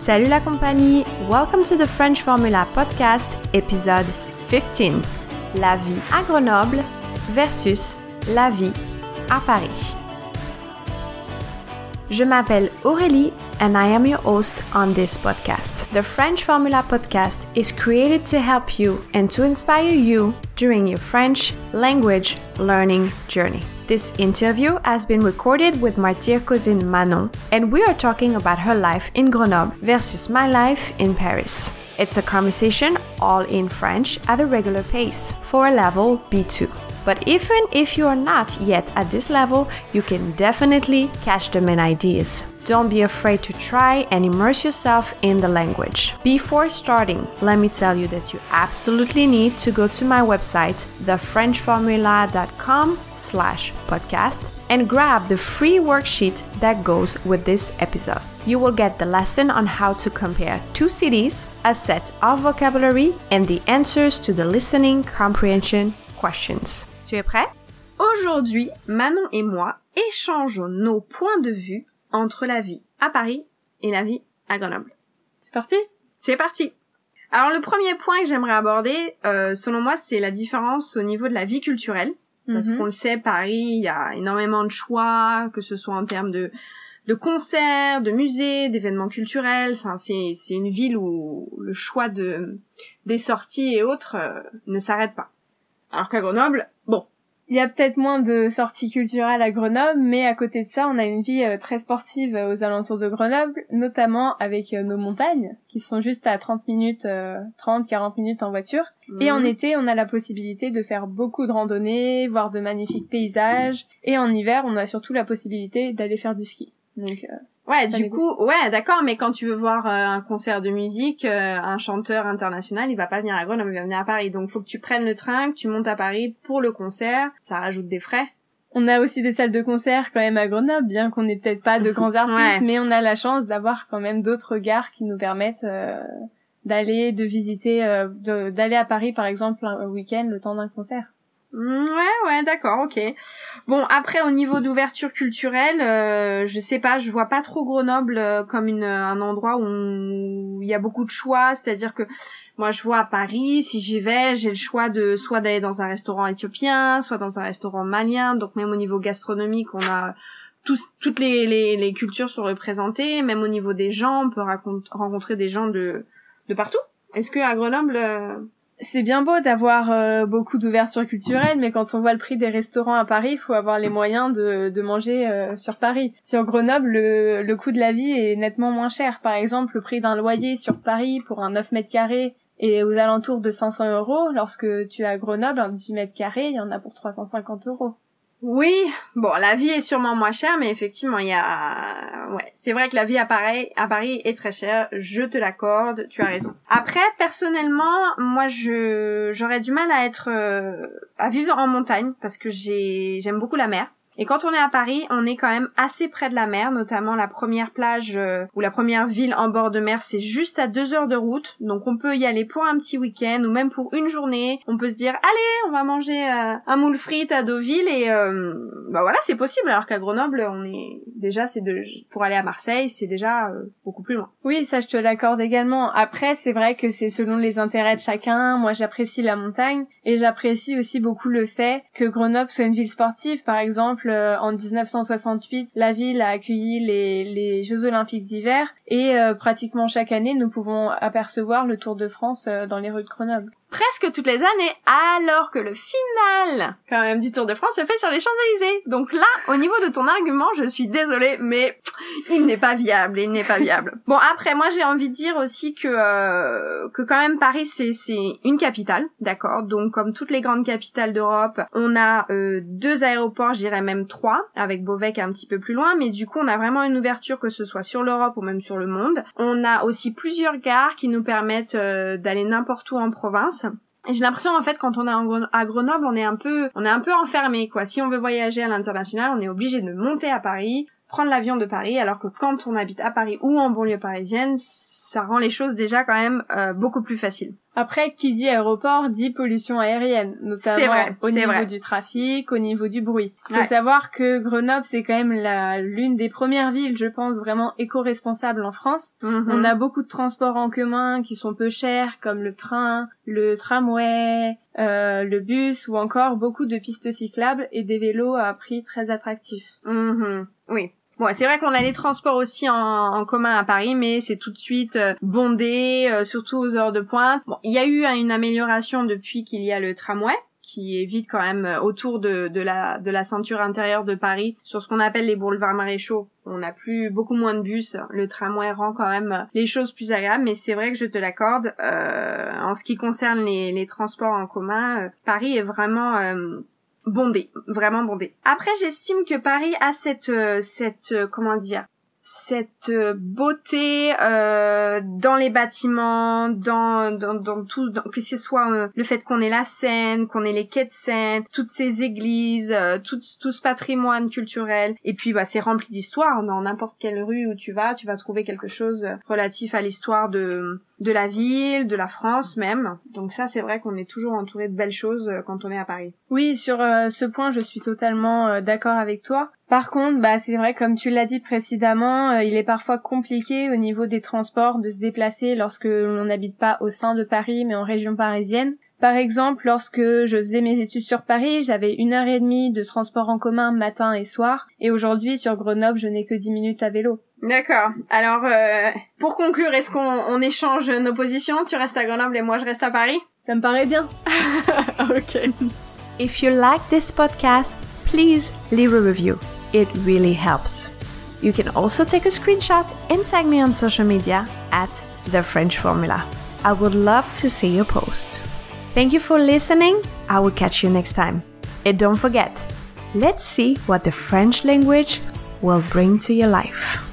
Salut la compagnie, welcome to the French Formula Podcast, épisode 15. La vie à Grenoble versus la vie à Paris. Je m'appelle Aurélie and I am your host on this podcast. The French Formula Podcast is created to help you and to inspire you during your French language learning journey. This interview has been recorded with my dear cousin Manon, and we are talking about her life in Grenoble versus my life in Paris. It's a conversation all in French at a regular pace for a level B2. But even if you are not yet at this level, you can definitely catch the main ideas. Don't be afraid to try and immerse yourself in the language. Before starting, let me tell you that you absolutely need to go to my website, thefrenchformula.com/podcast, and grab the free worksheet that goes with this episode. You will get the lesson on how to compare two cities, a set of vocabulary, and the answers to the listening comprehension questions. Tu es prêt? Aujourd'hui, Manon et moi échangeons nos points de vue entre la vie à Paris et la vie à Grenoble. C'est parti? C'est parti! Alors le premier point que j'aimerais aborder, selon moi, c'est la différence au niveau de la vie culturelle. Parce qu'on le sait, Paris, il y a énormément de choix, que ce soit en termes de concerts, de musées, d'événements culturels. Enfin, c'est une ville où le choix des sorties et autres ne s'arrête pas. Alors qu'à Grenoble, bon. Il y a peut-être moins de sorties culturelles à Grenoble, mais à côté de ça, on a une vie très sportive aux alentours de Grenoble, notamment avec nos montagnes, qui sont juste à 40 minutes en voiture. Et en été, on a la possibilité de faire beaucoup de randonnées, voir de magnifiques paysages. Et en hiver, on a surtout la possibilité d'aller faire du ski. Donc, ouais, du coup, ouais, d'accord, mais quand tu veux voir un concert de musique, un chanteur international, il va pas venir à Grenoble, il va venir à Paris. Donc, faut que tu prennes le train, que tu montes à Paris pour le concert. Ça rajoute des frais. On a aussi des salles de concert quand même à Grenoble, bien qu'on n'ait peut-être pas de grands artistes, ouais. Mais on a la chance d'avoir quand même d'autres gares qui nous permettent d'aller à Paris, par exemple, un week-end, le temps d'un concert. Ouais, d'accord, ok. Bon, après, au niveau d'ouverture culturelle, je sais pas, je vois pas trop Grenoble comme un endroit où il y a beaucoup de choix, c'est-à-dire que moi, je vois à Paris, si j'y vais, j'ai le choix de soit d'aller dans un restaurant éthiopien, soit dans un restaurant malien, donc même au niveau gastronomique, on a toutes les cultures sont représentées, même au niveau des gens, on peut rencontrer des gens de partout. Est-ce que à Grenoble... C'est bien beau d'avoir beaucoup d'ouverture culturelle, mais quand on voit le prix des restaurants à Paris, il faut avoir les moyens de manger sur Paris. Sur Grenoble, le coût de la vie est nettement moins cher. Par exemple, le prix d'un loyer sur Paris pour un 9 mètres carrés est aux alentours de 500 €. Lorsque tu es à Grenoble, un 18 mètres carrés, il y en a pour 350 €. Oui, bon, la vie est sûrement moins chère, mais effectivement, c'est vrai que la vie à Paris est très chère, je te l'accorde, tu as raison. Après, personnellement, moi, j'aurais du mal à vivre en montagne, parce que j'aime beaucoup la mer. Et quand on est à Paris, on est quand même assez près de la mer, notamment la première plage ou la première ville en bord de mer, c'est juste à 2 heures de route. Donc on peut y aller pour un petit week-end ou même pour une journée. On peut se dire, allez, on va manger un moule frite à Deauville et voilà, c'est possible. Alors qu'à Grenoble, pour aller à Marseille, c'est déjà beaucoup plus loin. Oui, ça je te l'accorde également. Après, c'est vrai que c'est selon les intérêts de chacun. Moi, j'apprécie la montagne et j'apprécie aussi beaucoup le fait que Grenoble soit une ville sportive. Par exemple, en 1968, la ville a accueilli les Jeux Olympiques d'hiver et pratiquement chaque année, nous pouvons apercevoir le Tour de France dans les rues de Grenoble. Presque toutes les années, alors que le final, quand même, du Tour de France se fait sur les Champs-Élysées. Donc là, au niveau de ton argument, je suis désolée, mais il n'est pas viable. Bon, après, moi, j'ai envie de dire aussi que quand même, Paris, c'est une capitale, d'accord? Donc, comme toutes les grandes capitales d'Europe, on a 2 aéroports, je dirais même 3, avec Beauvais qui est un petit peu plus loin, mais du coup, on a vraiment une ouverture, que ce soit sur l'Europe ou même sur le monde. On a aussi plusieurs gares qui nous permettent d'aller n'importe où en province. Et j'ai l'impression, en fait, quand on est à Grenoble, on est un peu enfermé, quoi. Si on veut voyager à l'international, on est obligé de monter à Paris, prendre l'avion de Paris, alors que quand on habite à Paris ou en banlieue parisienne, ça rend les choses déjà quand même beaucoup plus faciles. Après, qui dit aéroport dit pollution aérienne, notamment au niveau du trafic, au niveau du bruit. Il faut savoir que Grenoble, c'est quand même l'une des premières villes, je pense, vraiment éco-responsables en France. On a beaucoup de transports en commun qui sont peu chers, comme le train, le tramway, le bus, ou encore beaucoup de pistes cyclables et des vélos à prix très attractifs. Oui. Bon, c'est vrai qu'on a les transports aussi en commun à Paris, mais c'est tout de suite bondé, surtout aux heures de pointe. Bon, il y a eu une amélioration depuis qu'il y a le tramway, qui évite quand même autour de la ceinture intérieure de Paris, sur ce qu'on appelle les boulevards Maréchaux. On a beaucoup moins de bus. Le tramway rend quand même les choses plus agréables, mais c'est vrai que je te l'accorde. En ce qui concerne les transports en commun, Paris est vraiment bondé, vraiment bondé. Après, j'estime que Paris a cette beauté dans les bâtiments, dans tout, que ce soit le fait qu'on ait la Seine, qu'on ait les quais de Seine, toutes ces églises, tout ce patrimoine culturel. Et puis c'est rempli d'histoire. Dans n'importe quelle rue où tu vas trouver quelque chose relatif à l'histoire de la ville, de la France même. Donc ça, c'est vrai qu'on est toujours entouré de belles choses quand on est à Paris. Oui, sur ce point, je suis totalement d'accord avec toi. Par contre, c'est vrai, comme tu l'as dit précédemment, il est parfois compliqué au niveau des transports de se déplacer lorsque l'on n'habite pas au sein de Paris, mais en région parisienne. Par exemple, lorsque je faisais mes études sur Paris, j'avais 1h30 de transport en commun matin et soir, et aujourd'hui, sur Grenoble, je n'ai que 10 minutes à vélo. D'accord. Alors, pour conclure, est-ce qu'on échange nos positions? Tu restes à Grenoble et moi je reste à Paris? Ça me paraît bien. Okay. If you like this podcast, please leave a review. It really helps. You can also take a screenshot and tag me on social media at The French Formula. I would love to see your post. Thank you for listening. I will catch you next time. And don't forget, let's see what the French language will bring to your life.